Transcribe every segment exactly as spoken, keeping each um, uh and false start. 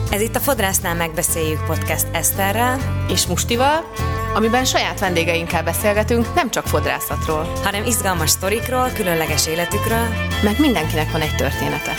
Ez itt a Fodrásznál megbeszéljük podcast Eszterrel és Mustival, amiben saját vendégeinkkel beszélgetünk nem csak fodrászatról, hanem izgalmas sztorikról, különleges életükről, meg mindenkinek van egy története.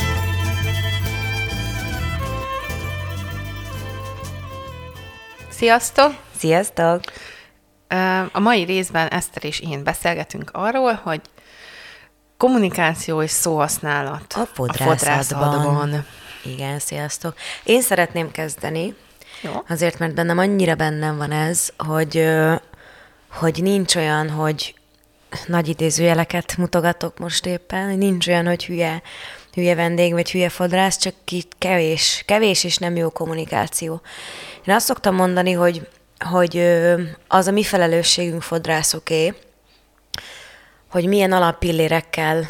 Sziasztok! Sziasztok! A mai részben Eszter és én beszélgetünk arról, hogy kommunikáció és szóhasználat a fodrászatban. A fodrászatban. Igen, sziasztok. Én szeretném kezdeni, jó. Azért, mert bennem annyira bennem van ez, hogy, hogy nincs olyan, hogy nagy idézőjeleket mutogatok most éppen, nincs olyan, hogy hülye, hülye vendég, vagy hülye fodrász, csak itt kevés, kevés és nem jó kommunikáció. Én azt szoktam mondani, hogy, hogy az a mi felelősségünk fodrászoké, hogy milyen alappillérekkel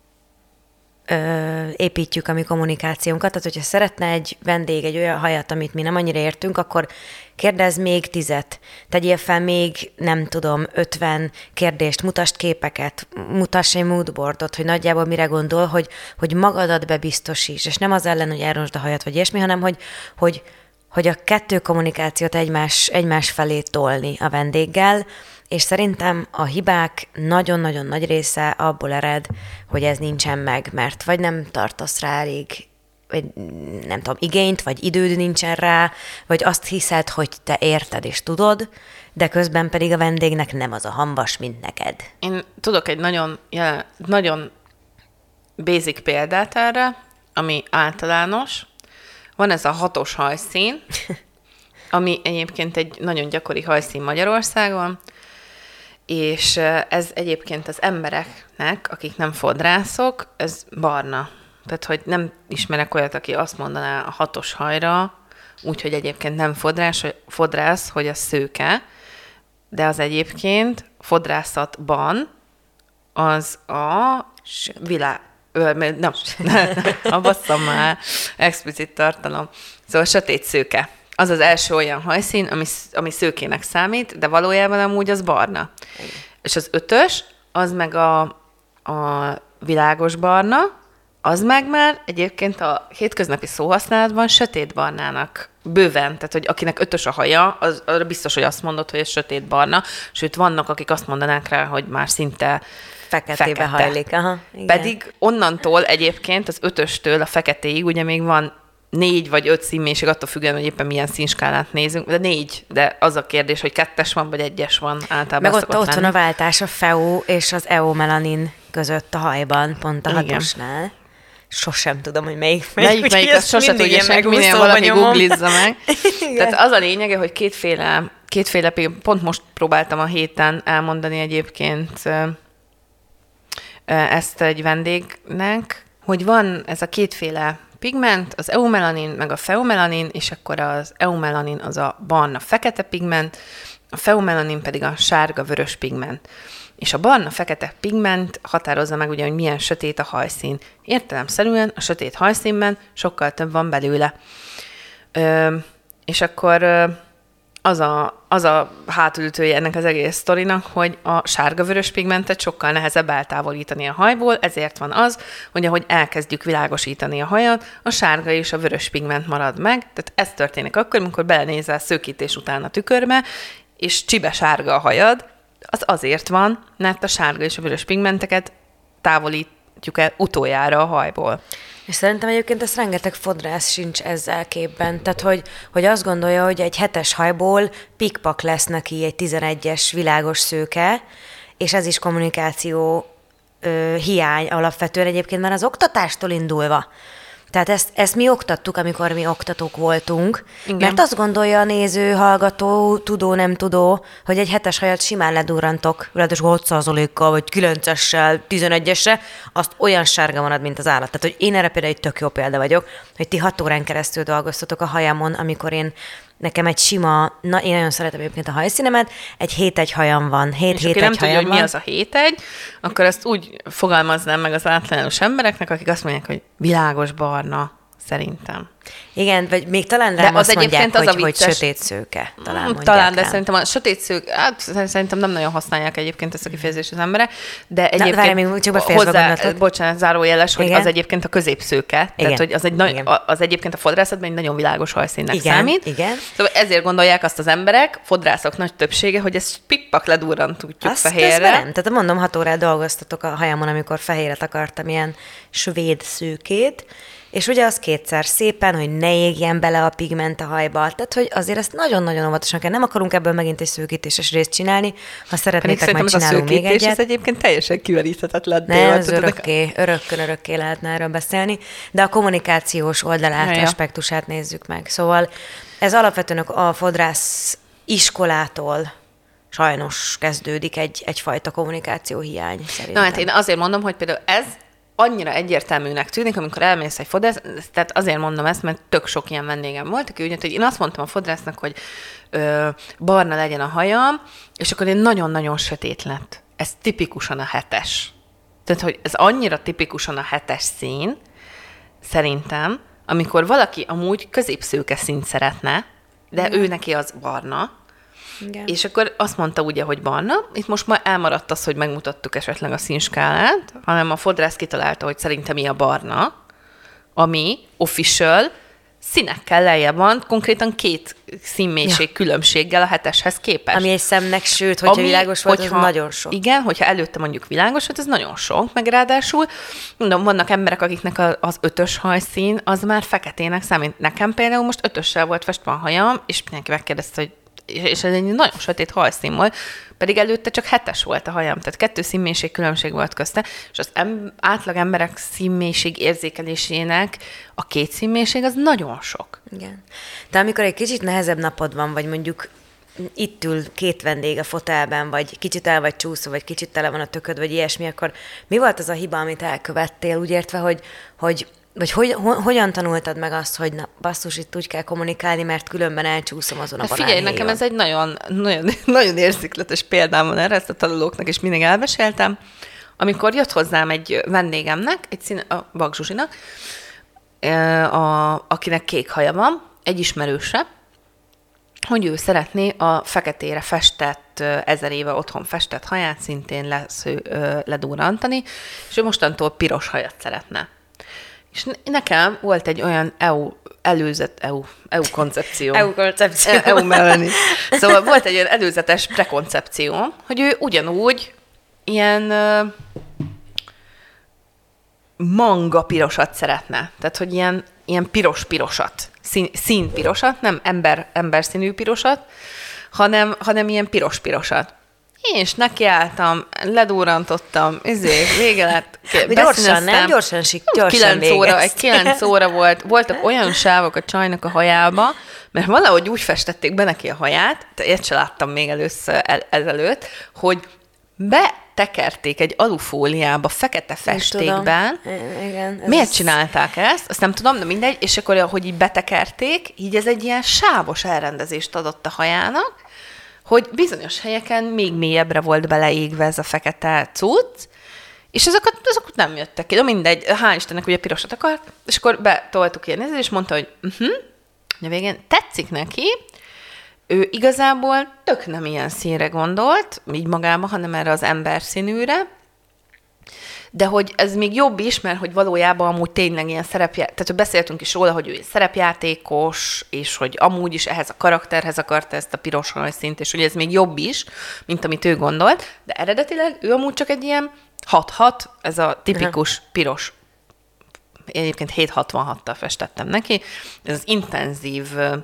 Ö, építjük a mi kommunikációnkat. Tehát, hogyha szeretne egy vendég egy olyan hajat, amit mi nem annyira értünk, akkor kérdezz még tizet. Tegyél fel még, nem tudom, ötven kérdést, mutasd képeket, mutass egy moodboardot, hogy nagyjából mire gondol, hogy, hogy magadat bebiztosíts, és nem az ellen, hogy elrontsd a hajat, vagy ilyesmi, hanem hogy, hogy, hogy a kettő kommunikációt egymás, egymás felé tolni a vendéggel, és szerintem a hibák nagyon-nagyon nagy része abból ered, hogy ez nincsen meg, mert vagy nem tartasz rá elég, vagy nem tudom, igényt, vagy időd nincsen rá, vagy azt hiszed, hogy te érted és tudod, de közben pedig a vendégnek nem az a hamvas, mint neked. Én tudok egy nagyon, jelen, nagyon basic példát erre, ami általános. Van ez a hatos hajszín, ami egyébként egy nagyon gyakori hajszín Magyarországon, és ez egyébként az embereknek, akik nem fodrászok, ez barna. Tehát, hogy nem ismerek olyat, aki azt mondaná a hatos hajra, úgyhogy egyébként nem fodrás, fodrász, hogy az szőke, de az egyébként fodrászatban az a világ... Nem, a basszam már, explicit tartalom. Szóval sötét szőke. Az az első olyan hajszín, ami, ami szőkének számít, de valójában amúgy az barna. Igen. És az ötös, az meg a, a világos barna, az meg már egyébként a hétköznapi szóhasználatban sötét barnának bőven. Tehát, hogy akinek ötös a haja, az, az biztos, hogy azt mondod, hogy ez sötét barna. Sőt, vannak, akik azt mondanák rá, hogy már szinte feketébe fekete. Hajlik. Aha, igen. Pedig onnantól egyébként az ötöstől a feketéig ugye még van négy vagy öt színmélység, attól függően, hogy éppen milyen színskálát nézünk, de négy, de az a kérdés, hogy kettes van, vagy egyes van általában. Meg ott, ott van a váltás a F E O és az E O melanin között a hajban, pont a hatosnál. Sosem tudom, hogy melyik melyik. Melyik, melyik azt sose tudja senki, minél valami googlizza meg. Tehát az a lényege, hogy kétféle, kétféle, pont most próbáltam a héten elmondani egyébként ezt egy vendégnek, hogy van ez a kétféle pigment, az eumelanin, meg a feomelanin, és akkor az eumelanin az a barna-fekete pigment, a feomelanin pedig a sárga-vörös pigment. És a barna-fekete pigment határozza meg ugye, hogy milyen sötét a hajszín. Értelemszerűen a sötét hajszínben sokkal több van belőle. Ö, és akkor ö, az a, az a hátulütője ennek az egész sztorinak, hogy a sárga-vörös pigmentet sokkal nehezebb eltávolítani a hajból, ezért van az, hogy ahogy elkezdjük világosítani a hajat, a sárga és a vörös pigment marad meg. Tehát ez történik akkor, amikor belenézel szőkítés után a tükörbe, és csibe sárga a hajad, az azért van, mert a sárga és a vörös pigmenteket távolítjuk el utoljára a hajból. És szerintem egyébként ez rengeteg fodrász sincs ezzel képben. Tehát, hogy, hogy azt gondolja, hogy egy hetes hajból pikpak lesz neki egy tizenegyes világos szőke, és ez is kommunikáció ö, hiány alapvetően egyébként már az oktatástól indulva. Tehát ezt, ezt mi oktattuk, amikor mi oktatók voltunk, igen. Mert azt gondolja a néző, hallgató, tudó, nem tudó, hogy egy hetes hajat simán ledurrantok, ráadásul hat százalékkal, vagy kilencessel, tizenegyessel, azt olyan sárga marad, mint az állat. Tehát, hogy én erre például egy tök jó példa vagyok, hogy ti hat órán keresztül dolgoztatok a hajamon, amikor én nekem egy sima, na, én nagyon szeretem egyébként a hajszínemet, egy hét-egy hajam van. hét hét egy hajam van. És aki nem tudja, hogy mi az a hét-egy, akkor ezt úgy fogalmaznám meg az általános embereknek, akik azt mondják, hogy világos barna, szerintem. Igen, vagy még talán rám de az azt mondják, az hogy, a hogy sötét szőke. Talán mondják Talán, de rám. szerintem a sötét szőke, hát szerintem nem nagyon használják egyébként ezt a kifejezést az emberek, de egyébként Na, várj, még csak befejezve hozzá, gondolatot. bocsánat, zárójeles, hogy Igen. az egyébként a középszőke, Igen. tehát hogy az, egy nagy, Igen. az egyébként a fodrászatban egy nagyon világos hajszínnek Igen. számít. Igen. Szóval ezért gondolják azt az emberek, fodrászok nagy többsége, hogy ezt pikpak ledurrantutjuk Azt fehérre. közben nem. Tehát mondom, hat órát dolgoztatok a hajamon, amikor fehéret akartam, ilyen svéd szőkét, és ugye az kétszer szépen, hogy ne égjen bele a pigment a hajba. Tehát, hogy azért ezt nagyon-nagyon óvatosan kell. Nem akarunk ebből megint egy szőkítéses részt csinálni. Ha szeretnétek, majd csinálunk még egyet. Ez egyébként teljesen kiveríthetetlen. Nem, ez örökké, örökkön örökké lehetne erről beszélni, de a kommunikációs oldalát, ja, ja. aspektusát nézzük meg. Szóval ez alapvetően a fodrász iskolától sajnos kezdődik egy, egyfajta kommunikáció hiány szerintem. Na hát én azért mondom, hogy például ez annyira egyértelműnek tűnik, amikor elmész egy fodrász, tehát azért mondom ezt, mert tök sok ilyen vendégem volt, aki úgy jött, hogy én azt mondtam a fodrásznak, hogy ö, barna legyen a hajam, és akkor én nagyon-nagyon sötét lett. Ez tipikusan a hetes. Tehát, hogy ez annyira tipikusan a hetes szín, szerintem, amikor valaki amúgy középszőke színt szeretne, de mm. ő neki az barna, igen. És akkor azt mondta ugye, hogy barna. Itt most már elmaradt az, hogy megmutattuk esetleg a színskálát, hanem a fodrász kitalálta, hogy szerintem mi a barna, ami official színekkel lejjebb van, konkrétan két színmélység ja. különbséggel a heteshez képest. Ami egy szemnek, sőt, hogyha ami, világos volt, hogyha, az nagyon sok. Igen, hogyha előtte mondjuk világos volt, ez nagyon sok, meg ráadásul, mondom, vannak emberek, akiknek az ötös hajszín, az már feketének számít. Nekem például most ötössel volt festve a hajam, és mindenki megkérdezte, hogy és ez egy nagyon sötét hajszín volt, pedig előtte csak hetes volt a hajam, tehát kettő színmélység különbség volt közte, és az em- átlag emberek színmélység érzékelésének a két színmélység az nagyon sok. Igen. De amikor egy kicsit nehezebb napod van, vagy mondjuk itt ül két vendég a fotelben, vagy kicsit el vagy csúszva, vagy kicsit tele van a tököd, vagy ilyesmi, akkor mi volt az a hiba, amit elkövettél, úgy értve, hogy, hogy vagy hogy, ho, hogyan tanultad meg azt, hogy na, basszus, itt úgy kell kommunikálni, mert különben elcsúszom azon a hát banánhéjon. Figyelj, nekem ez egy nagyon, nagyon, nagyon érzékletes példám van erre, ezt a tanulóknak is mindig elmeséltem. Amikor jött hozzám egy vendégemnek, egy színe, a Bak Zsuzsinak, a, akinek kék haja van, egy ismerőse, hogy ő szeretné a feketére festett, ezer éve otthon festett haját szintén lesző, ledurrantani, és ő mostantól piros hajat szeretne. És nekem volt egy olyan é u előzet, é u, é u koncepció. é u koncepció. é u melleni. Szóval volt egy olyan előzetes prekoncepció, hogy ő ugyanúgy ilyen uh, manga pirosat szeretne. Tehát, hogy ilyen, ilyen piros-pirosat, szín, színpirosat, nem ember, emberszínű pirosat, hanem, hanem ilyen piros-pirosat. Én is nekiálltam, ledurrantottam, ezért vége lett. Gyorsan, nem? Gyorsan, sik, gyorsan kilenc óra, egy kilenc óra volt, voltak olyan sávok a csajnak a hajába, mert valahogy úgy festették be neki a haját, ilyet se láttam még először el, ezelőtt, hogy betekerték egy alufóliába, fekete festékben. Igen, Miért csinálták ezt? Azt nem tudom, de mindegy. És akkor, hogy így betekerték, így ez egy ilyen sávos elrendezést adott a hajának, hogy bizonyos helyeken még mélyebbre volt beleégve ez a fekete cucc, és azokat, azokat nem jöttek ki. De mindegy, hál' Istennek ugye pirosat akart, és akkor betoltuk ilyen nézést, és mondta, hogy uh-huh, a végén tetszik neki, ő igazából tök nem ilyen színre gondolt, így magában, hanem erre az ember színűre, de hogy ez még jobb is, mert hogy valójában amúgy tényleg ilyen szerepjáték, tehát beszéltünk is róla, hogy ő szerepjátékos, és hogy amúgy is ehhez a karakterhez akarta ezt a piros hajszínt, és hogy ez még jobb is, mint amit ő gondolt, de eredetileg ő amúgy csak egy ilyen hat-hat, ez a tipikus piros. Én egyébként hét hatvanhattal festettem neki, ez az intenzív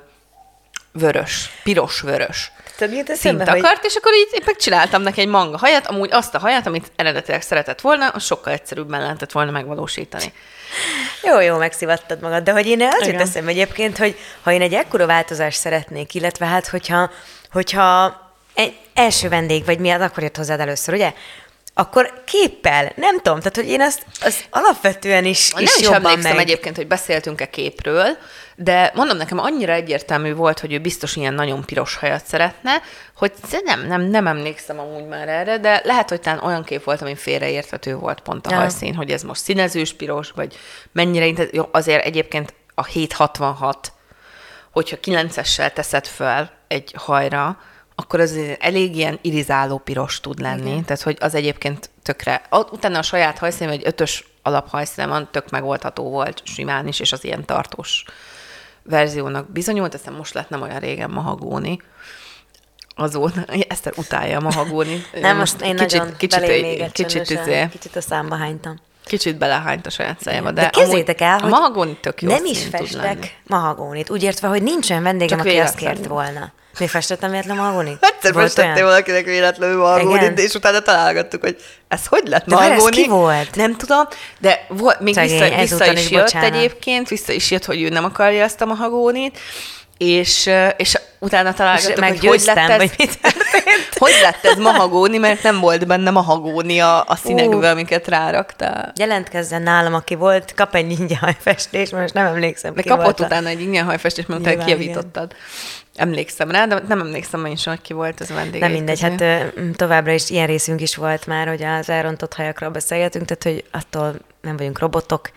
vörös, piros-vörös szint akart, hogy... és akkor így megcsináltam neki egy manga hajat, amúgy azt a hajat, amit eredetileg szeretett volna, az sokkal egyszerűbben lehetett volna megvalósítani. Jó, jó, megszivattad magad, de hogy én az jut eszembe egyébként, hogy ha én egy ekkora változást szeretnék, illetve hát, hogyha, hogyha egy első vendég, vagy miatt akkor jött hozzád először, ugye? Akkor képpel, nem tudom, tehát hogy én azt, azt alapvetően is, nem is is jobban emlékszem meg... egyébként, hogy beszéltünk-e képről, de mondom, nekem annyira egyértelmű volt, hogy ő biztos ilyen nagyon piros hajat szeretne, hogy nem, nem, nem emlékszem amúgy már erre, de lehet, hogy talán olyan kép volt, ami félreérthető volt pont a ja. hajszín, hogy ez most színezős piros, vagy mennyire, jó, azért egyébként a hét hatvanhat, hogyha kilencessel teszed fel egy hajra, akkor az elég ilyen irizáló piros tud lenni. Igen. Tehát, hogy az egyébként tökre... Utána a saját hajszínem, egy ötös alaphajszínem van, tök megoldható volt simán is, és az ilyen tartós verziónak bizonyult, aztán most lett nem olyan régen mahagóni. Azóta, Eszter utálja a mahagóni. Nem, most én kicsit, nagyon kicsit, belé még kicsit, izé, kicsit a számba hánytam. Kicsit belehányt a saját szájába, de, de képzeljétek el, hogy mahagóni tök jó nem is festek mahagónit. Úgy értve, hogy nincs olyan vendégem, aki azt kért volna. Még festettem véletlen mahagónit? Egyszer festettél valakinek véletlenül mahagónit, és utána találgattuk, hogy ez hogy lett mahagóni. De ki volt? Nem tudom, de volt, még Szegény, vissza, vissza is, is jött bocsánat. Egyébként, vissza is jött, hogy ő nem akarja ezt a mahagónit, és, és utána találgattuk, hogy hogy lett ez, mit hogy lett ez mahagóni, mert nem volt benne mahagóni a, a színekből, uh, amiket ráraktál. Jelentkezzen nálam, aki volt, kap egy ingyen hajfestést, most nem emlékszem, de ki kapott volt utána a... egy ingyen hajfestést, mert utána kijavítottad. Emlékszem rá, de nem emlékszem már is, hogy ki volt az a vendég. Nem mindegy, hát továbbra is ilyen részünk is volt már, hogy az elrontott hajakról beszélgetünk, tehát hogy attól nem vagyunk robotok.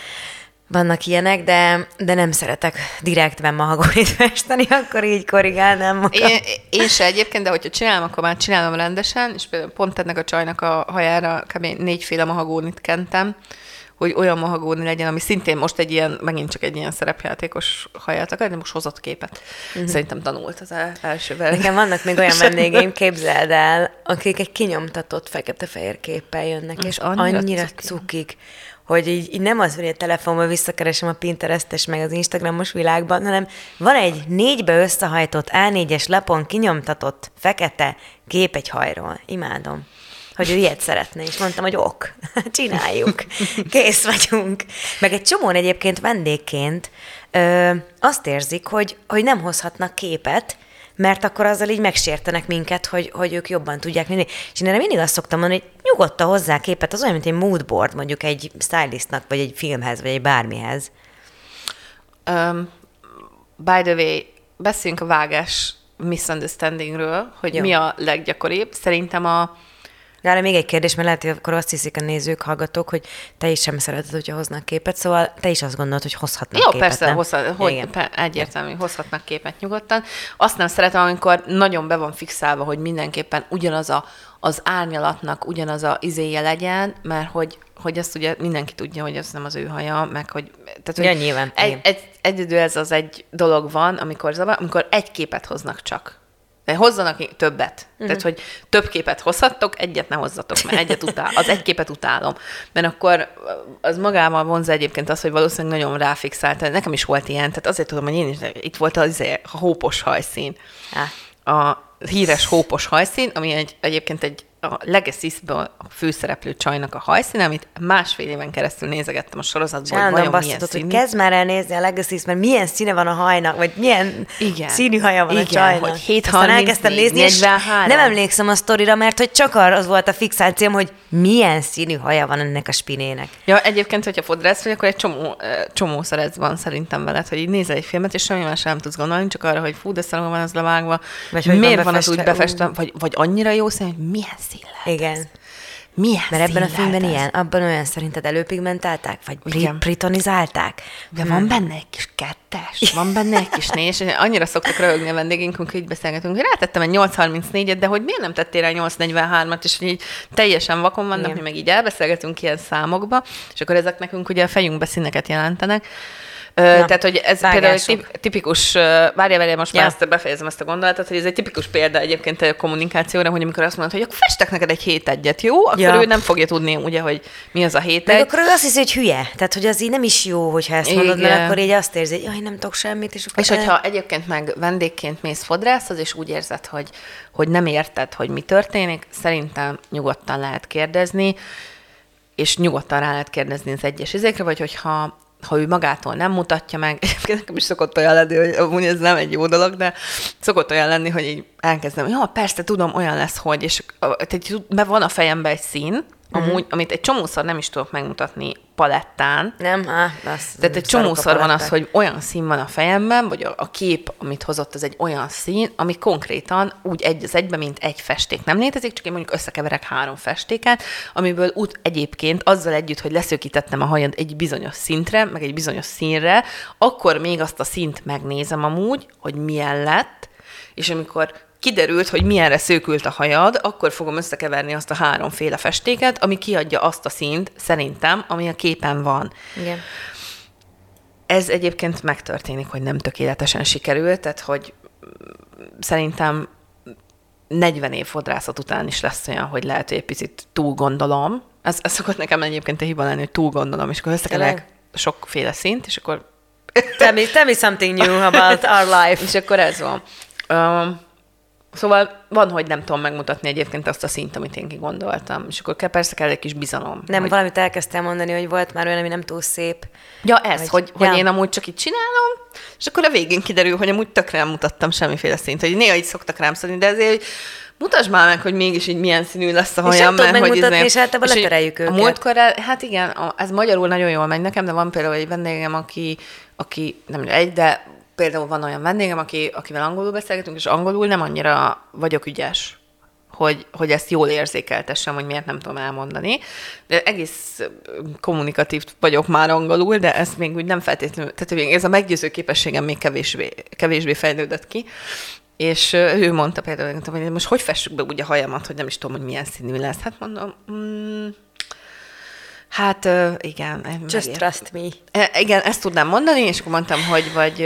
Vannak ilyenek, de, de nem szeretek direktben mahagónit festeni, akkor így korrigálnám magam. Én, én se egyébként, de hogyha csinálom, akkor már csinálom rendesen, és például pont ennek a csajnak a hajára kb. négyféle mahagónit kentem, hogy olyan mahagóni legyen, ami szintén most egy ilyen, megint csak egy ilyen szerepjátékos haját akar, de most hozott képet. Uh-huh. Szerintem tanult az első verzió. Nekem vannak még olyan vendégeim, képzeld el, akik egy kinyomtatott fekete-fehér képpel jönnek, és annyira, annyira cukik, hogy így, így nem az, hogy a telefonban visszakeresem a Pinterestes meg az Instagramos világban, hanem van egy négybe összehajtott á négyes lapon kinyomtatott fekete kép egy hajról. Imádom, hogy ő ilyet szeretne, és mondtam, hogy ok, csináljuk, kész vagyunk. Meg egy csomón egyébként vendégként ö, azt érzik, hogy, hogy nem hozhatnak képet, mert akkor azzal így megsértenek minket, hogy, hogy ők jobban tudják nézni. És én erre mindig azt szoktam mondani, hogy nyugodtan hozzá képet, az olyan, mint egy moodboard mondjuk egy stylistnak, vagy egy filmhez, vagy egy bármihez. Um, by the way, beszéljünk a vágás misunderstandingről, hogy Jó. mi a leggyakoribb. Szerintem a De erre még egy kérdés, mert lehet, hogy akkor azt hiszik a nézők, hallgatók, hogy te is sem szereted, hogyha hoznak képet, szóval te is azt gondolod, hogy hozhatnak Jó, képet, persze, hozhat, hogy, per, egyértelmű, hogy hozhatnak képet nyugodtan. Azt nem szeretem, amikor nagyon be van fixálva, hogy mindenképpen ugyanaz a, az árnyalatnak ugyanaz a izéje legyen, mert hogy, hogy azt ugye mindenki tudja, hogy ez nem az ő haja, meg hogy... Tehát, ja, hogy nyilván. Egy, egy, egyedül ez az egy dolog van, amikor, zavar, amikor egy képet hoznak csak. De hozzanak többet. Uh-huh. Tehát, hogy több képet hozhattok, egyet ne hozzatok, mert egyet utál, az egy képet utálom. Mert akkor az magával vonza egyébként az, hogy valószínűleg nagyon ráfixált. Nekem is volt ilyen, tehát azért tudom, hogy én is, itt volt az a hópos hajszín. Ah. A híres hópos hajszín, ami egy, egyébként egy a Legacy-ből a főszereplő csajnak a hajszín, amit másfél éven keresztül nézegettem a sorozatból, hogy vajon milyen színű. Hogy kezd már el nézni a Legacy-t, mert milyen színe van a hajnak, vagy milyen igen. színű haja van igen, a csajnak. Hogy hét harmincnégy, negyvenhárom. Nem emlékszem a sztorira, mert hogy csak az volt a fixációm, hogy milyen színű haja van ennek a spinének. Ja, egyébként, hogyha fodrász vagy, akkor egy csomó, csomó szerec van szerintem veled, hogy így nézel egy filmet, és semmi más nem tudsz gondolni, csak arra, hogy fú, de szarul van az levágva. Vagy miért van az úgy befestve, vagy, vagy annyira jó szín, hogy milyen szín lehet igen. ez? Milyen mert ebben a filmben ez? Ilyen, abban olyan szerinted előpigmentálták? Vagy pri- pritonizálták? De hmm. van benne egy kis kettes, van benne egy kis négy, és annyira szoktak röhögni a vendégünk, hogy így beszélgetünk, hogy rátettem egy nyolc harmincnégyet, de hogy miért nem tettél rá nyolc negyvenhármat, és így teljesen vakon vannak, mi meg így elbeszélgetünk ilyen számokba, és akkor ezek nekünk ugye a fejünkbe színeket jelentenek. Na, tehát, hogy ez vágások. Például egy tipikus, várjál, várjál, most ja. már ezt befejezem ezt a gondolatot, hogy ez egy tipikus példa egyébként a kommunikációra, hogy amikor azt mondod, hogy akkor festek neked egy hét egyet, jó? Akkor ja. ő nem fogja tudni, ugye, hogy mi az a hét egy. Meg akkor ő azt hiszi, hogy hülye. Tehát, hogy az így nem is jó, hogyha ezt mondod, igen. mert akkor így azt érzi, hogy jaj, nem tudok semmit. És, és hogyha egyébként meg vendégként mész fodrászhoz, és úgy érzed, hogy, hogy nem érted, hogy mi történik, szerintem nyugodtan lehet kérdezni, és nyugodtan rá lehet kérdezni az egyes izékre, vagy hogyha ha ő magától nem mutatja meg, egyébként nekem is szokott olyan lenni, hogy amúgy ez nem egy jó dolog, de szokott olyan lenni, hogy így elkezdem, ja, persze, tudom, olyan lesz, hogy, és tehát van a fejemben egy szín, amúgy, uh-huh. amit egy csomószor nem is tudok megmutatni palettán. Nem? Á, az Tehát egy csomószor van az, hogy olyan szín van a fejemben, vagy a, a kép, amit hozott, az egy olyan szín, ami konkrétan úgy egy az egyben, mint egy festék nem létezik, csak én mondjuk összekeverek három festéket, amiből út egyébként azzal együtt, hogy leszőkítettem a hajad egy bizonyos szintre, meg egy bizonyos színre, akkor még azt a színt megnézem amúgy, hogy milyen lett, és amikor kiderült, hogy milyenre szőkült a hajad, akkor fogom összekeverni azt a háromféle festéket, ami kiadja azt a színt, szerintem, ami a képen van. Igen. Ez egyébként megtörténik, hogy nem tökéletesen sikerült, tehát hogy szerintem negyven év fodrászat után is lesz olyan, hogy lehet, hogy egy picit túl gondolom. Ez, ez szokott nekem egyébként a hiba lenni, hogy túl gondolom, és akkor összekeverek sokféle színt, és akkor... Tell me, tell me something new about our life. És akkor ez van. Um, Szóval van, hogy nem tudom megmutatni egyébként azt a szint, amit én kigondoltam. És akkor kell, persze kell egy kis bizalom. Nem, hogy... valamit elkezdtem mondani, hogy volt már olyan, ami nem túl szép. Ja, ez, vagy, hogy, ja. hogy én amúgy csak így csinálom, és akkor a végén kiderül, hogy amúgy tökre nem mutattam semmiféle szint. Hogy néha így szoktak rám szólni, de ezért, hogy mutasd már meg, hogy mégis így milyen színű lesz a hajam. És nem tudod megmutatni, és általában letereljük őket. A múltkor, hát igen, ez magyarul nagyon jól megy nekem, de van például egy vendégem, aki, aki nem egy, de például van olyan vendégem, aki, akivel angolul beszélgetünk, és angolul nem annyira vagyok ügyes, hogy, hogy ezt jól érzékeltessem, hogy miért nem tudom elmondani. De egész kommunikatív vagyok már angolul, de ezt még úgy nem feltétlenül, tehát ez a meggyőző képességem még kevésbé, kevésbé fejlődött ki. És ő mondta például, hogy most hogy fessük be úgy a hajamat, hogy nem is tudom, hogy milyen színű lesz. Hát mondom, mm, hát igen. Just megér. Trust me. Igen, ezt tudnám mondani, és akkor mondtam, hogy vagy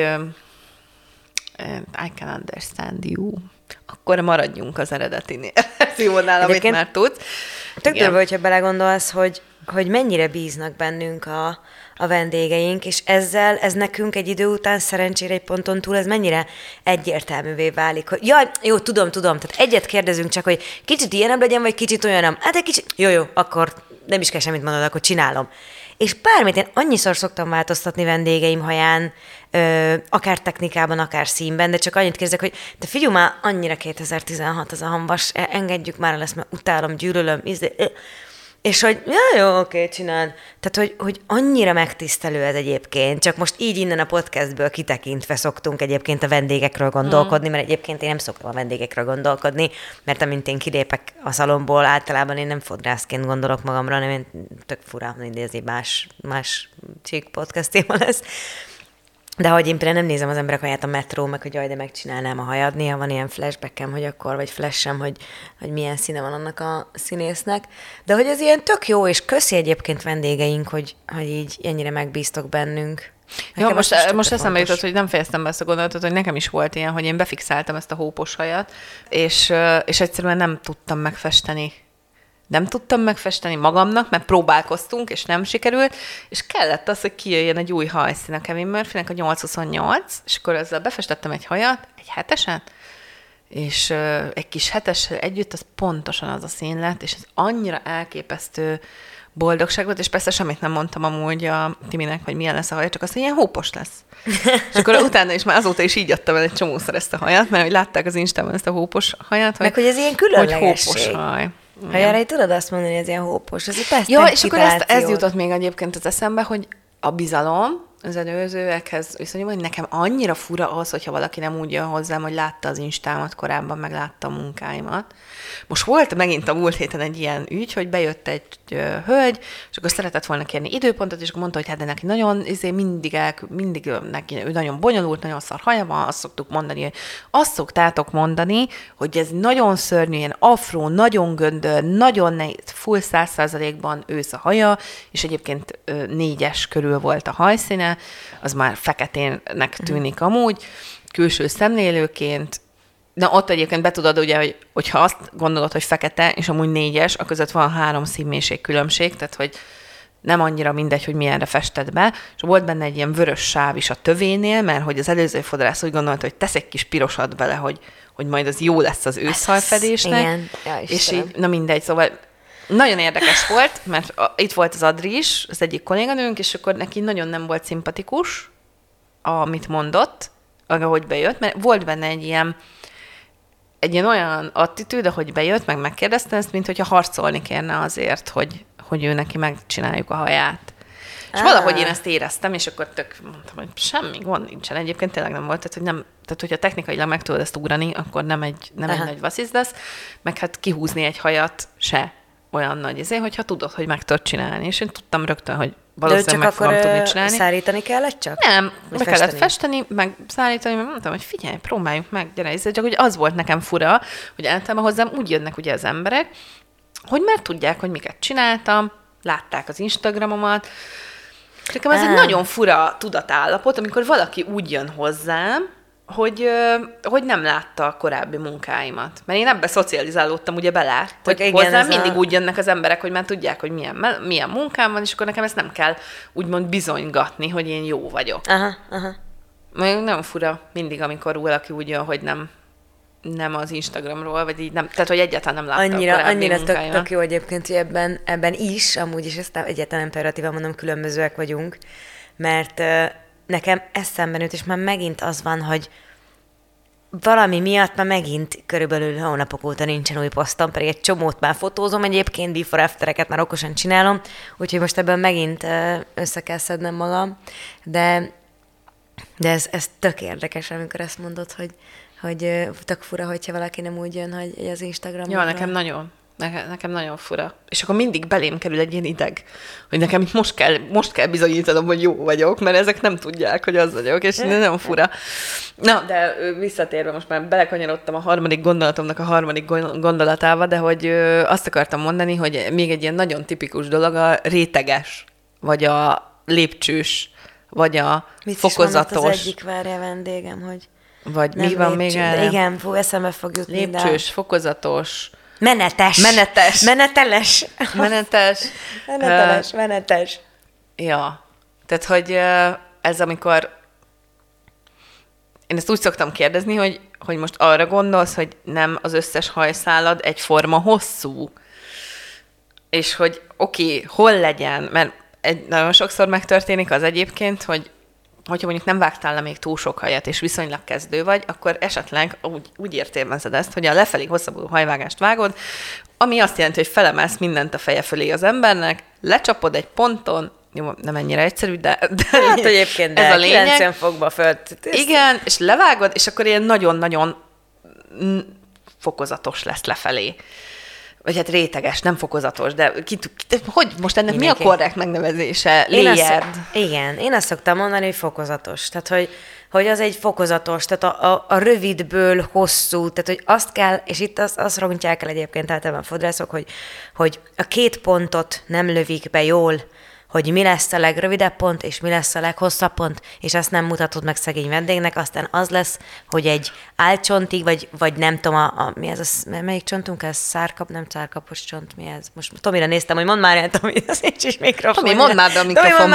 I can understand you. Akkor maradjunk az eredetinél. Ez jó nálam, amit már tudsz. Tök durva, hogyha belegondolsz, hogy, hogy mennyire bíznak bennünk a, a vendégeink, és ezzel, ez nekünk egy idő után szerencsére egy ponton túl, ez mennyire egyértelművé válik, hogy jaj, jó, tudom, tudom, tehát egyet kérdezünk csak, hogy kicsit ilyenebb legyen, vagy kicsit olyanam. Hát egy kicsit, jó, jó, akkor nem is kell semmit mondod, akkor csinálom. És bármit, én annyiszor szoktam változtatni vendégeim haján, ö, akár technikában, akár színben, de csak annyit kérdezek, hogy te figyelj már, annyira kétezer-tizenhat az a hamvas, engedjük már el ezt, mert utálom, gyűlölöm, ízé, és hogy ja, jó, oké, csináld. Tehát, hogy, hogy annyira megtisztelő ez egyébként, csak most így innen a podcastből kitekintve szoktunk egyébként a vendégekről gondolkodni, mm. mert egyébként én nem szoktam a vendégekről gondolkodni, mert amint én kilépek a szalomból, általában én nem fodrászként gondolok magamra, hanem én tök fura, mindig ez egy más, más csík podcast téma lesz. De hogy én például nem nézem az emberek haját a metró, meg hogy jaj, de megcsinálnám a hajad. Néha van ilyen flashbackem, hogy akkor, vagy flashem, hogy, hogy milyen színe van annak a színésznek. De hogy ez ilyen tök jó, és köszi egyébként vendégeink, hogy, hogy így ennyire megbíztok bennünk. Jó, most, most eszembe jutott, hogy nem fejeztem be ezt a gondolatot, hogy nekem is volt ilyen, hogy én befixáltam ezt a hópos hajat, és, és egyszerűen nem tudtam megfesteni. Nem tudtam megfesteni magamnak, mert próbálkoztunk, és nem sikerült, és kellett az, hogy kijöjjön egy új hajszín a Kevin Murphynek, a nyolc huszonnyolc, és akkor ezzel befestettem egy hajat, egy hetesen, és uh, egy kis hetessel együtt az pontosan az a szín lett, és ez annyira elképesztő boldogság volt, és persze semmit nem mondtam amúgy a Timinek, hogy milyen lesz a haja, csak azt, hogy ilyen hópos lesz. És akkor utána is, már azóta is így adtam el egy csomószor ezt a hajat, mert hogy látták az Instában ezt a hópos hajat, meg hogy ez ilyen különlegesség. Hogy hópos haj. Ha erre tudod azt mondani, hogy ez ilyen hópos, ez egy ja, és akkor ezt, ez jutott még egyébként az eszembe, hogy a bizalom az előzőekhez viszonyulva, hogy nekem annyira fura az, hogyha valaki nem úgy jön hozzám, hogy látta az Instámat korábban, meg látta a munkáimat. Most volt megint a múlt héten egy ilyen ügy, hogy bejött egy ö, hölgy, és akkor szeretett volna kérni időpontot, és akkor mondta, hogy hát de neki nagyon, izé, mindig, el, mindig neki, ő nagyon bonyolult, nagyon szar haja van, azt szoktuk mondani, hogy azt szoktátok mondani, hogy ez nagyon szörnyű, ilyen afró, nagyon göndör, nagyon nehéz, full száz százalékban ősz a haja, és egyébként ö, négyes körül volt a hajszíne, az már feketének tűnik amúgy, külső szemlélőként. Na ott egyébként betudod ugye, hogy, hogyha azt gondolod, hogy fekete, és amúgy négyes, a között van három színmélység különbség, tehát hogy nem annyira mindegy, hogy milyenre fested be, és volt benne egy ilyen vörös sáv is a tövénél, mert hogy az előző fodrász úgy gondolta, hogy tesz egy kis pirosat bele, hogy, hogy majd az jó lesz az őszhajfedésnek. Igen. Ja, és így, na mindegy, szóval nagyon érdekes volt, mert itt volt az Adri is, az egyik kolléganőnk, és akkor neki nagyon nem volt szimpatikus, amit mondott, ahogy bejött, mert volt benne egy ilyen egy ilyen olyan attitűd, ahogy bejött, meg megkérdezte ezt, mint hogyha harcolni kérne azért, hogy, hogy ő neki megcsináljuk a haját. És ah. valahogy én ezt éreztem, és akkor tök mondtam, hogy semmi gond nincsen. Egyébként tényleg nem volt, tehát, hogy nem, tehát hogyha technikailag meg tudod ezt ugrani, akkor nem egy, nem egy nagy vasszizdasz, meg hát kihúzni egy hajat se olyan nagy izé, hogyha tudod, hogy meg tudod csinálni. És én tudtam rögtön, hogy valószínűleg meg fogom tudni csinálni. Szárítani kellett csak? Nem, meg kellett festeni, meg szállítani, mert mondtam, hogy figyelj, próbáljuk meg, gyere, csak hogy az volt nekem fura, hogy általában hozzám úgy jönnek ugye az emberek, hogy már tudják, hogy miket csináltam, látták az Instagramomat. Nekem ez ah. egy nagyon fura tudatállapot, amikor valaki úgy jön hozzám, hogy, hogy nem látta a korábbi munkáimat. Mert én ebbe szocializálódtam ugye bele, hogy igen, hozzám mindig a... úgy jönnek az emberek, hogy már tudják, hogy milyen, milyen munkám van, és akkor nekem ezt nem kell úgymond bizonygatni, hogy én jó vagyok. Aha, aha. Mert nagyon fura mindig, amikor valaki úgy jön, hogy nem, nem az Instagramról, vagy így nem, tehát hogy egyáltalán nem látta annyira, a korábbi annyira munkáimat. Annyira tök jó egyébként, hogy ebben, ebben is, amúgy is ezt egyáltalán nem pejoratívan mondom, különbözőek vagyunk, mert uh, nekem eszemben jut, és már megint az van, hogy valami miatt már megint körülbelül hónapok óta nincsen új posztom, pedig egy csomót már fotózom egyébként, before aftereket már okosan csinálom, úgyhogy most ebben megint össze kell szednem magam, de, de ez, ez tök érdekes, amikor ezt mondod, hogy, hogy tök fura, hogyha valaki nem úgy jön, hogy az Instagramon. Ja, nekem nagyon. Nekem, nekem nagyon fura. És akkor mindig belém kerül egy ilyen ideg, hogy nekem itt most kell, most kell bizonyítanom, hogy jó vagyok, mert ezek nem tudják, hogy az vagyok, és nagyon fura. Na, de visszatérve, most már belekanyarodtam a harmadik gondolatomnak a harmadik gondolatába, de hogy azt akartam mondani, hogy még egy ilyen nagyon tipikus dolog a réteges, vagy a lépcsős, vagy a mit fokozatos. Mit is az egyik várja vendégem, hogy vagy mi van lépcső, még erre? Igen, fú, eszembe fog jutni. Lépcsős, de... fokozatos, Menetes. Menetes. Meneteles. Menetes. Meneteles, uh, menetes. Ja. Tehát, hogy uh, ez amikor... Én ezt úgy szoktam kérdezni, hogy, hogy most arra gondolsz, hogy nem az összes hajszálad egyforma hosszú. És hogy oké, okay, hol legyen, mert egy, nagyon sokszor megtörténik az egyébként, hogy hogyha mondjuk nem vágtál le még túl sok hajat, és viszonylag kezdő vagy, akkor esetleg úgy, úgy értelmezed ezt, hogy a lefelé hosszabbuló hajvágást vágod, ami azt jelenti, hogy felemelsz mindent a feje fölé az embernek, lecsapod egy ponton, jó, nem ennyire egyszerű, de, de hát egyébként, de ez a lényeg. kilencven fokba föl. Igen, és levágod, és akkor ilyen nagyon-nagyon fokozatos lesz lefelé. Vagy hát réteges, nem fokozatos, de ki, ki, hogy most ennek mindenki. Mi a korrekt megnevezése? Layered. Igen, én azt szoktam mondani, hogy fokozatos. Tehát, hogy, hogy az egy fokozatos, tehát a, a, a rövidből hosszú, tehát, hogy azt kell, és itt azt, azt rontják el egyébként általában a fodrászok, hogy, hogy a két pontot nem lövik be jól, hogy mi lesz a legrövidebb pont, és mi lesz a leghosszabb pont, és azt nem mutatod meg szegény vendégnek, aztán az lesz, hogy egy álcsontig, vagy, vagy nem tudom, a, a, mi ez, a, melyik csontunk ez? Szárkap, nem szárkapos csont, mi ez? Most Tomira néztem, hogy mondd már el, Tomi, az nincs is mikrofon. Tomi, mondd már be a mikrofonba.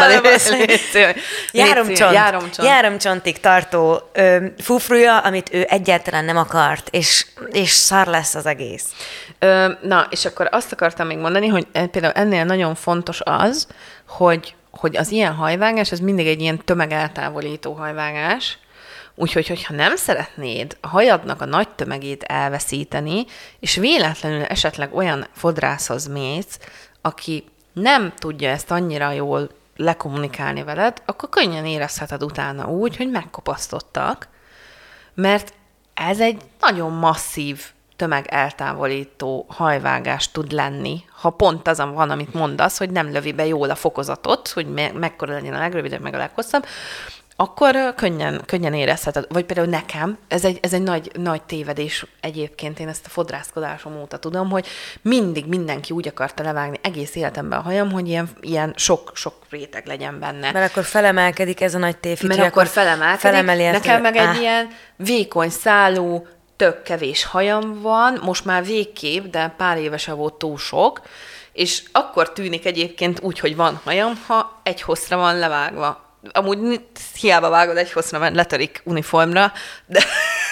Járomcsont, járomcsontig tartó ö, fufruja, amit ő egyáltalán nem akart, és, és szar lesz az egész. Ö, na, és akkor azt akartam még mondani, hogy például ennél nagyon fontos az, hogy, hogy az ilyen hajvágás, ez mindig egy ilyen tömegeltávolító hajvágás, úgyhogy, hogyha nem szeretnéd a hajadnak a nagy tömegét elveszíteni, és véletlenül esetleg olyan fodrászhoz mész, aki nem tudja ezt annyira jól lekommunikálni veled, akkor könnyen érezheted utána úgy, hogy megkopasztottak, mert ez egy nagyon masszív tömeg eltávolító hajvágás tud lenni, ha pont az van, amit mondasz, hogy nem lövi be jól a fokozatot, hogy me- mekkora legyen a legrövidebb, meg a leghosszabb, akkor könnyen, könnyen érezheted. Vagy például nekem, ez egy, ez egy nagy, nagy tévedés egyébként, én ezt a fodrászkodásom óta tudom, hogy mindig mindenki úgy akarta levágni egész életemben a hajam, hogy ilyen, ilyen sok, sok réteg legyen benne. Mert akkor felemelkedik ez a nagy tévhit. Mert akkor felemelkedik. Nekem meg egy ilyen vékony szálú, tök kevés hajam van, most már végképp, de pár évese volt túl sok, és akkor tűnik egyébként úgy, hogy van hajam, ha egy hosszra van levágva. Amúgy hiába vágod egy hosszra, mert letörik uniformra, de,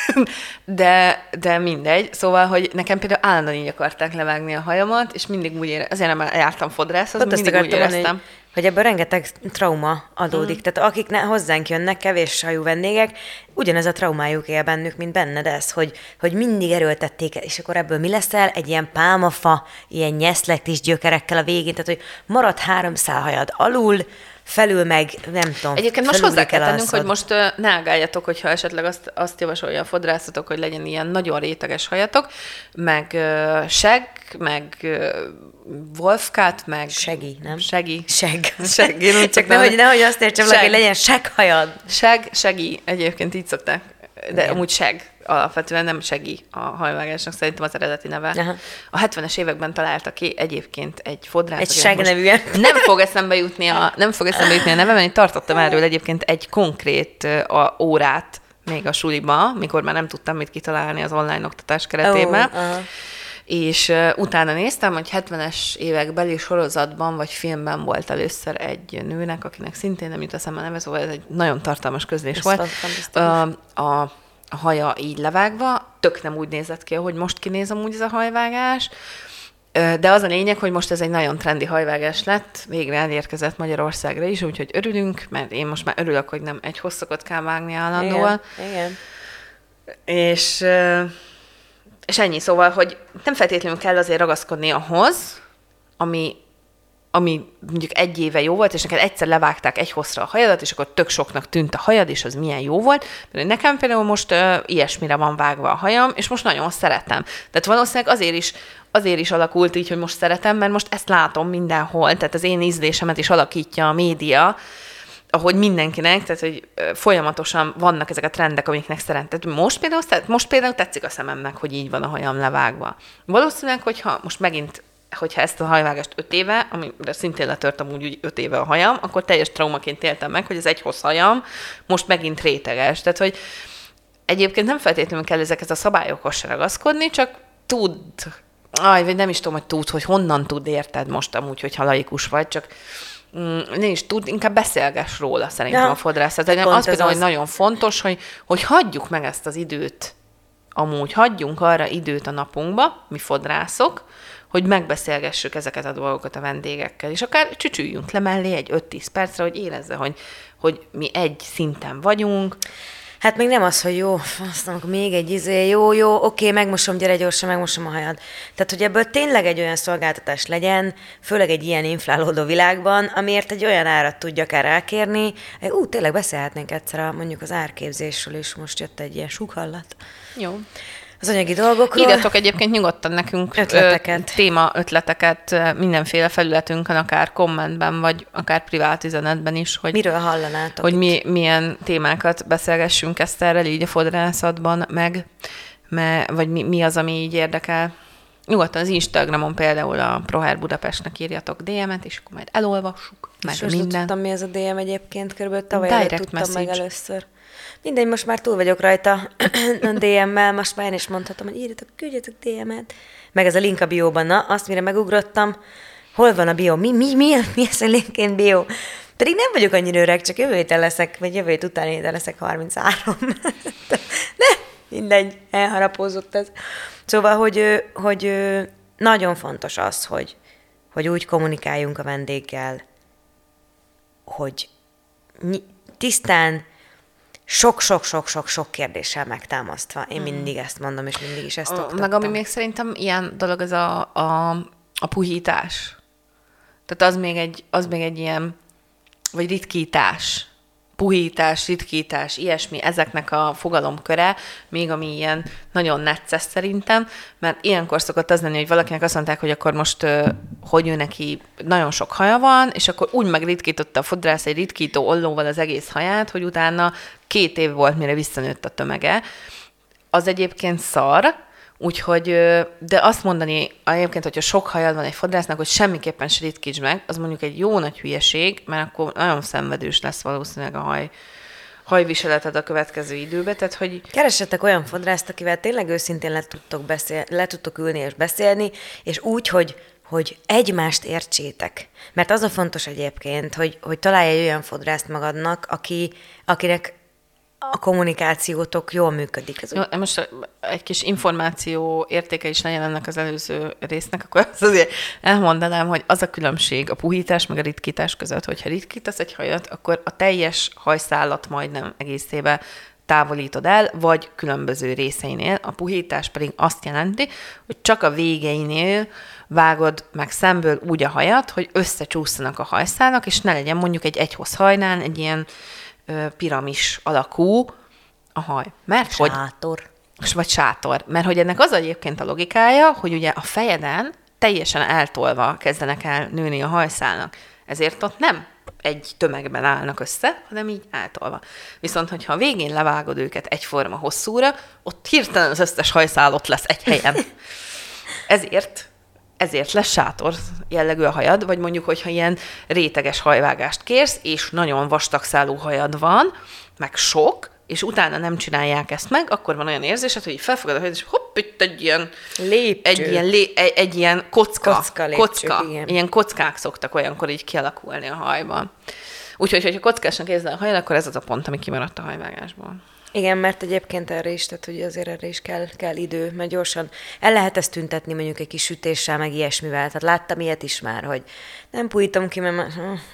de, de mindegy. Szóval, hogy nekem például állandóan így akarták levágni a hajamat, és mindig úgy éreztem, azért nem jártam fodrászhoz, mindig úgy éreztem. Mondani, hogy ebből rengeteg trauma adódik. Mm. Tehát akik ne, hozzánk jönnek, kevés hajú vendégek, ugyanez a traumájuk él bennük, mint benned ez, hogy, hogy mindig erőltették, és akkor ebből mi leszel? Egy ilyen pálmafa, ilyen nyeszletis gyökerekkel a végén, tehát hogy marad három szál hajad alul, felül meg, nem tudom. Egyébként most hozzá kell tennünk, hogy most uh, ne ágáljatok, hogyha esetleg azt, azt javasolja a fodrászatok, hogy legyen ilyen nagyon réteges hajatok, meg uh, seg, meg uh, wolfkát, meg... Segi, nem? Segi. Seg. Seg. Én Csak nehogy, nehogy azt értsem, hogy legyen seghajad. Seg, segi. Egyébként így szokták. De igen. Amúgy seg. Alapvetően nem segi a hajvágásnak, szerintem az eredeti neve. Aha. A hetvenes években találta ki egyébként egy fodrász. Egy seg nevűen. Nem fog eszembe jutni a, nem fog eszembe jutni a neve, mert én tartottam erről egyébként egy konkrét a, órát még a suliba, mikor már nem tudtam mit kitalálni az online oktatás keretében. Oh, és uh, utána néztem, hogy hetvenes évekbeli sorozatban vagy filmben volt először egy nőnek, akinek szintén nem jut eszembe a neve, szóval ez egy nagyon tartalmas közlés ez volt. Uh, a a haja így levágva, tök nem úgy nézett ki, ahogy most kinéz amúgy ez a hajvágás, de az a lényeg, hogy most ez egy nagyon trendi hajvágás lett, végre elérkezett Magyarországra is, úgyhogy örülünk, mert én most már örülök, hogy nem egy hosszakot kell vágni állandóan. Igen, igen. És, és ennyi, szóval, hogy nem feltétlenül kell azért ragaszkodni ahhoz, ami ami mondjuk egy éve jó volt, és neked egyszer levágták egy hosszra a hajadat, és akkor tök soknak tűnt a hajad, és az milyen jó volt. De nekem például most uh, ilyesmire van vágva a hajam, és most nagyon szeretem. Tehát valószínűleg azért is, azért is alakult így, hogy most szeretem, mert most ezt látom mindenhol, tehát az én ízlésemet is alakítja a média, ahogy mindenkinek, tehát hogy folyamatosan vannak ezek a trendek, amiknek szeretem. Most például, most például tetszik a szememnek, hogy így van a hajam levágva. Valószínűleg, hogyha most megint hogyha ezt a hajvágást öt éve, amire szintén letörtem úgy, úgy öt éve a hajam, akkor teljes traumaként éltem meg, hogy ez egy hossz hajam most megint réteges. Tehát, hogy egyébként nem feltétlenül kell ezekhez a szabályokhoz se ragaszkodni, csak tud, aj, vagy nem is tudom, hogy tud, hogy honnan tud, érted most amúgy, hogyha laikus vagy, csak mm, nem is tud, inkább beszélgess róla szerintem ja, a fodrászat. Az például, az... hogy nagyon fontos, hogy, hogy hagyjuk meg ezt az időt, amúgy hagyjunk arra időt a napunkba, mi fodrászok, hogy megbeszélgessük ezeket a dolgokat a vendégekkel, és akár csücsüljünk le mellé egy öt-tíz percre, hogy érezze, hogy, hogy mi egy szinten vagyunk. Hát még nem az, hogy jó, aztán még egy izé, jó, jó, oké, megmosom, gyere gyorsan, megmosom a hajad. Tehát, hogy ebből tényleg egy olyan szolgáltatás legyen, főleg egy ilyen inflálódó világban, amiért egy olyan árat tudjak el elkérni. Ú, tényleg beszélhetnénk egyszer a, mondjuk az árképzésről, és most jött egy ilyen súghallat. Jó. Az anyagi dolgokról. Írjatok egyébként nyugodtan nekünk ötleteket. Ö, téma ötleteket mindenféle felületünkön, akár kommentben, vagy akár privát üzenetben is, hogy miről hallanátok? Hogy mi, milyen témákat beszélgessünk Eszterrel így a fodrászatban, meg, me, vagy mi, mi az, ami így érdekel. Nyugodtan az Instagramon például a Proher Budapestnek írjatok dé em-et, és akkor majd elolvassuk, meg és minden. És tudtam, mi ez a dé em egyébként, körülbelül tavaly előtt tudtam message. Meg először. Mindegy, most már túl vagyok rajta a dé em-mel, most már én is mondhatom, hogy írjatok, küldjetek dé em-et. Meg ez a link a bióban, na, azt mire megugrottam, hol van a bió? Mi, mi, mi, mi ez a linként bió? Pedig nem vagyok annyira öreg, csak jövő héten leszek, vagy jövő hét után héten leszek harminchárom. De mindegy, elharapózott ez. Szóval, hogy, hogy nagyon fontos az, hogy, hogy úgy kommunikáljunk a vendéggel, hogy tisztán, sok-sok-sok-sok-sok kérdéssel megtámasztva. Én mindig ezt mondom, és mindig is ezt oktattam. Meg ami még szerintem ilyen dolog, az a, a, a puhítás. Tehát az még, egy, az még egy ilyen, vagy ritkítás. Puhítás, ritkítás, ilyesmi, ezeknek a fogalomköre, még ami ilyen nagyon necces szerintem, mert ilyenkor szokott az lenni, hogy valakinek azt mondták, hogy akkor most, hogy ő neki nagyon sok haja van, és akkor úgy megritkította a fodrász egy ritkító ollóval az egész haját, hogy utána két év volt, mire visszanőtt a tömege. Az egyébként szar, úgyhogy, de azt mondani egyébként, hogyha sok hajad van egy fodrásznak, hogy semmiképpen se ritkíts meg, az mondjuk egy jó nagy hülyeség, mert akkor nagyon szenvedős lesz valószínűleg a haj, hajviseleted a következő időben, tehát hogy... Keressetek olyan fodrászt, akivel tényleg őszintén le tudtok, beszél, le tudtok ülni és beszélni, és úgy, hogy, hogy egymást értsétek. Mert az a fontos egyébként, hogy, hogy találj egy olyan fodrászt magadnak, aki, akinek a kommunikációtok jól működik. Ez Jó, most egy kis információ értéke is legyen ennek az előző résznek, akkor azt azért elmondanám, hogy az a különbség a puhítás meg a ritkítás között, hogyha ritkítasz egy hajat, akkor a teljes hajszálat majdnem egészébe távolítod el, vagy különböző részeinél. A puhítás pedig azt jelenti, hogy csak a végeinél vágod meg szemből úgy a hajat, hogy összecsúszanak a hajszálak, és ne legyen mondjuk egy egyhoz hajnál egy ilyen ö, piramis alakú a haj. Mert sátor. Hogy, vagy sátor. Mert hogy ennek az egyébként a logikája, hogy ugye a fejeden teljesen eltolva kezdenek el nőni a hajszálnak. Ezért ott nem egy tömegben állnak össze, hanem így eltolva. Viszont, hogyha a végén levágod őket egyforma hosszúra, ott hirtelen az összes hajszál ott lesz egy helyen. Ezért, ezért lesz sátor jellegű a hajad, vagy mondjuk, hogyha ilyen réteges hajvágást kérsz, és nagyon vastagszálú hajad van, meg sok, és utána nem csinálják ezt meg, akkor van olyan érzésed, hogy így felfogad a hajad, és hopp, itt egy ilyen lépcső. Egy ilyen, lé, egy, egy ilyen kocka. Kocka lépcsők, kocka. igen. Ilyen kockák szoktak olyankor így kialakulni a hajban. Úgyhogy, hogyha kockásnak érzed a hajad, akkor ez az a pont, ami kimaradt a hajvágásból. Igen, mert egyébként erre is, tehát hogy azért erre is kell, kell idő, mert gyorsan el lehet ezt tüntetni mondjuk egy kis sütéssel, meg ilyesmivel. Tehát láttam ilyet is már, hogy nem pújítom ki, mert már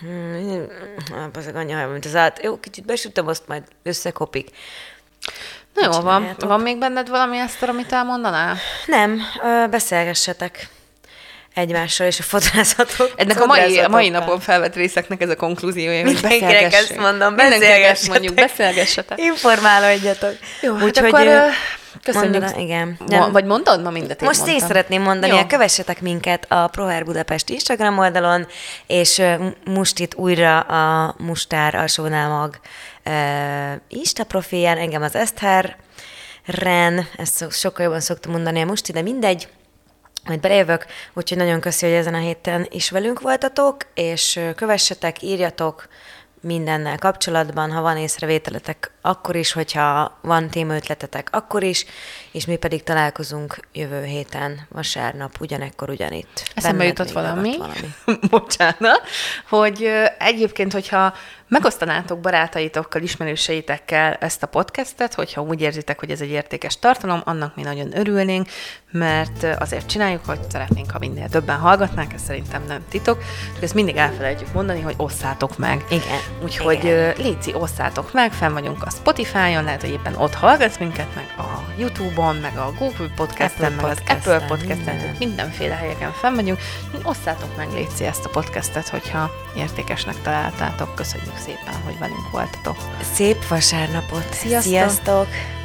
bazeg anyja, mint az át, jó, kicsit besütöm, azt majd összekopik. Na jó, van. Van még benned valami, Eszter, amit elmondanál? Nem, ö, beszélgessetek egymással, és a fodrászatok. Ennek a mai, a mai napon felvett részeknek ez a konklúziója, hogy mindenkinek ezt mondom, beszélgessetek. Mondjuk, beszélgessetek. Informálódjatok. Jó, hát Úgyhogy, akkor uh, köszönjük. Mondana, igen. Nem. Vagy mondod ma mindet? Most én szeretném mondani, hogy kövessetek minket a ProHair Budapest Instagram oldalon, és uh, Mustit újra a Mustár alsónál mag uh, Insta profilján, engem az Eszter Ren, ezt sokkal jobban szoktam mondani a Musti, de mindegy, majd belejövök, úgyhogy nagyon köszi, hogy ezen a héten is velünk voltatok, és kövessetek, írjatok mindennel kapcsolatban, ha van észrevételetek, akkor is, hogyha van témaötletetek, akkor is, és mi pedig találkozunk jövő héten, vasárnap, ugyanekkor, ugyanitt. Eszembe jutott valami, valami. Bocsánat, hogy egyébként, hogyha megosztanátok barátaitokkal, ismerőseitekkel ezt a podcastet, hogyha úgy érzitek, hogy ez egy értékes tartalom, annak mi nagyon örülnénk, mert azért csináljuk, hogy szeretnénk, ha minél többen hallgatnánk, ez szerintem nem titok, csak ezt mindig elfelejtjük mondani, hogy osszátok meg. Igen. Úgyhogy Igen. léci, osszátok meg, fenn vagyunk a Spotify-on, lehet, hogy éppen ott hallgatsz minket, meg a YouTube-on, meg a Google Podcast-en, meg az Apple Podcast-en, minden. mindenféle helyeken fenn vagyunk. Osszátok meg, léci, ezt a podcastet, hogyha értékesnek találtátok. Köszönjük szépen, hogy velünk voltatok. Szép vasárnapot! Sziasztok! Sziasztok.